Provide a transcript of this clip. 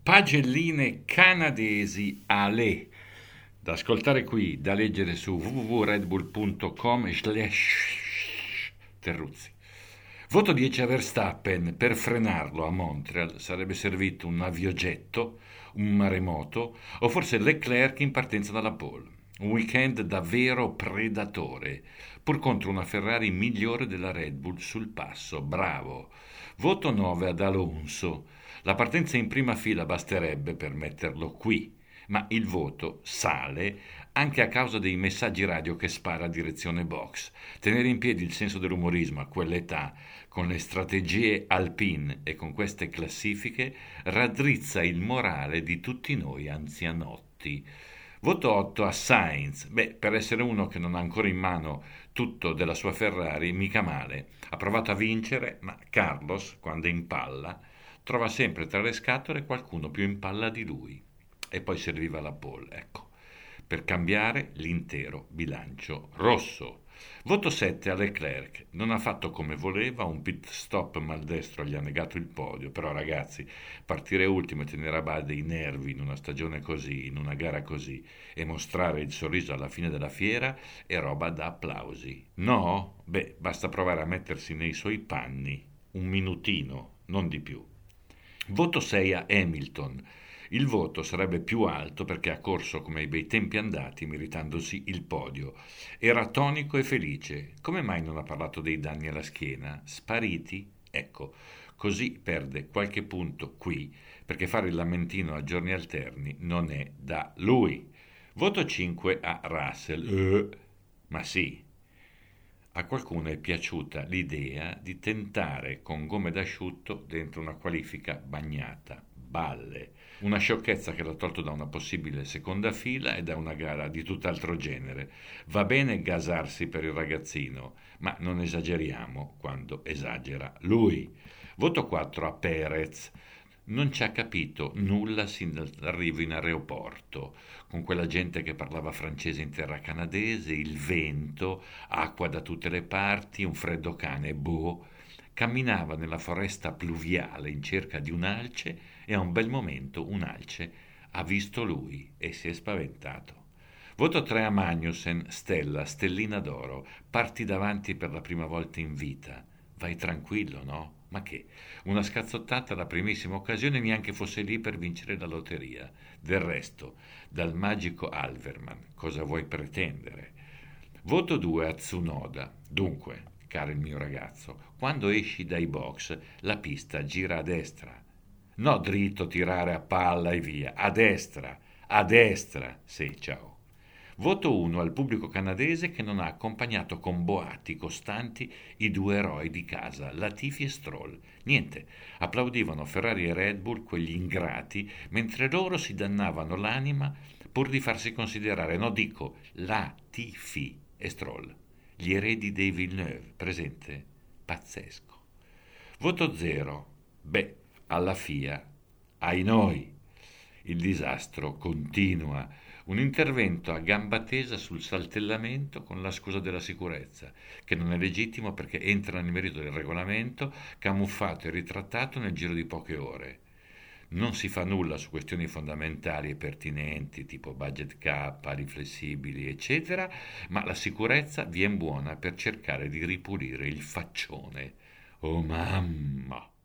Pagelline canadesi Ale, da ascoltare qui, da leggere su www.redbull.com/Terruzzi. Voto 10 a Verstappen. Per frenarlo a Montreal sarebbe servito un aviogetto, un maremoto o forse Leclerc in partenza dalla pole. Un weekend davvero predatore, pur contro una Ferrari migliore della Red Bull sul passo. Bravo. Voto 9 ad Alonso. La partenza in prima fila basterebbe per metterlo qui, ma il voto sale anche a causa dei messaggi radio che spara a direzione box. Tenere in piedi il senso dell'umorismo a quell'età, con le strategie Alpine e con queste classifiche, raddrizza il morale di tutti noi anzianotti. Voto 8 a Sainz. Per essere uno che non ha ancora in mano tutto della sua Ferrari, mica male. Ha provato a vincere, ma Carlos, quando è in palla, trova sempre tra le scatole qualcuno più in palla di lui. E poi serviva la pole, ecco, per cambiare l'intero bilancio rosso. Voto 7 a Leclerc. Non ha fatto come voleva, un pit stop maldestro gli ha negato il podio, però ragazzi, partire ultimo e tenere a bada i nervi in una stagione così, in una gara così, e mostrare il sorriso alla fine della fiera è roba da applausi. No? Basta provare a mettersi nei suoi panni, un minutino, non di più. Voto 6 a Hamilton. Il voto sarebbe più alto perché ha corso come ai bei tempi andati, meritandosi il podio. Era tonico e felice. Come mai non ha parlato dei danni alla schiena? Spariti? Ecco, così perde qualche punto qui, perché fare il lamentino a giorni alterni non è da lui. Voto 5 a Russell. Ma sì, a qualcuno è piaciuta l'idea di tentare con gomme d'asciutto dentro una qualifica bagnata. Balle. Una sciocchezza che l'ha tolto da una possibile seconda fila e da una gara di tutt'altro genere. Va bene gasarsi per il ragazzino, ma non esageriamo quando esagera lui. Voto 4 a Perez. Non ci ha capito nulla sin dall'arrivo in aeroporto, con quella gente che parlava francese in terra canadese, il vento, acqua da tutte le parti, un freddo cane, boh. Camminava nella foresta pluviale in cerca di un'alce e a un bel momento un'alce ha visto lui e si è spaventato. Voto 3 a Magnussen. Stella, stellina d'oro, parti davanti per la prima volta in vita. Vai tranquillo, no? Ma che? Una scazzottata alla primissima occasione, neanche fosse lì per vincere la lotteria. Del resto, dal magico Alverman, cosa vuoi pretendere? Voto 2 a Tsunoda. Dunque, caro il mio ragazzo, quando esci dai box, la pista gira a destra. No dritto, tirare a palla e via. A destra. A destra. Sì, ciao. Voto 1 al pubblico canadese che non ha accompagnato con boati costanti i due eroi di casa, Latifi e Stroll. Niente, applaudivano Ferrari e Red Bull, quegli ingrati, mentre loro si dannavano l'anima pur di farsi considerare, no dico, Latifi e Stroll, gli eredi dei Villeneuve, presente? Pazzesco. Voto 0. Alla FIA, ai noi. Il disastro continua. Un intervento a gamba tesa sul saltellamento con la scusa della sicurezza, che non è legittimo perché entra nel merito del regolamento, camuffato e ritrattato nel giro di poche ore. Non si fa nulla su questioni fondamentali e pertinenti, tipo budget cap, ali flessibili, eccetera, ma la sicurezza vien buona per cercare di ripulire il faccione. Oh mamma!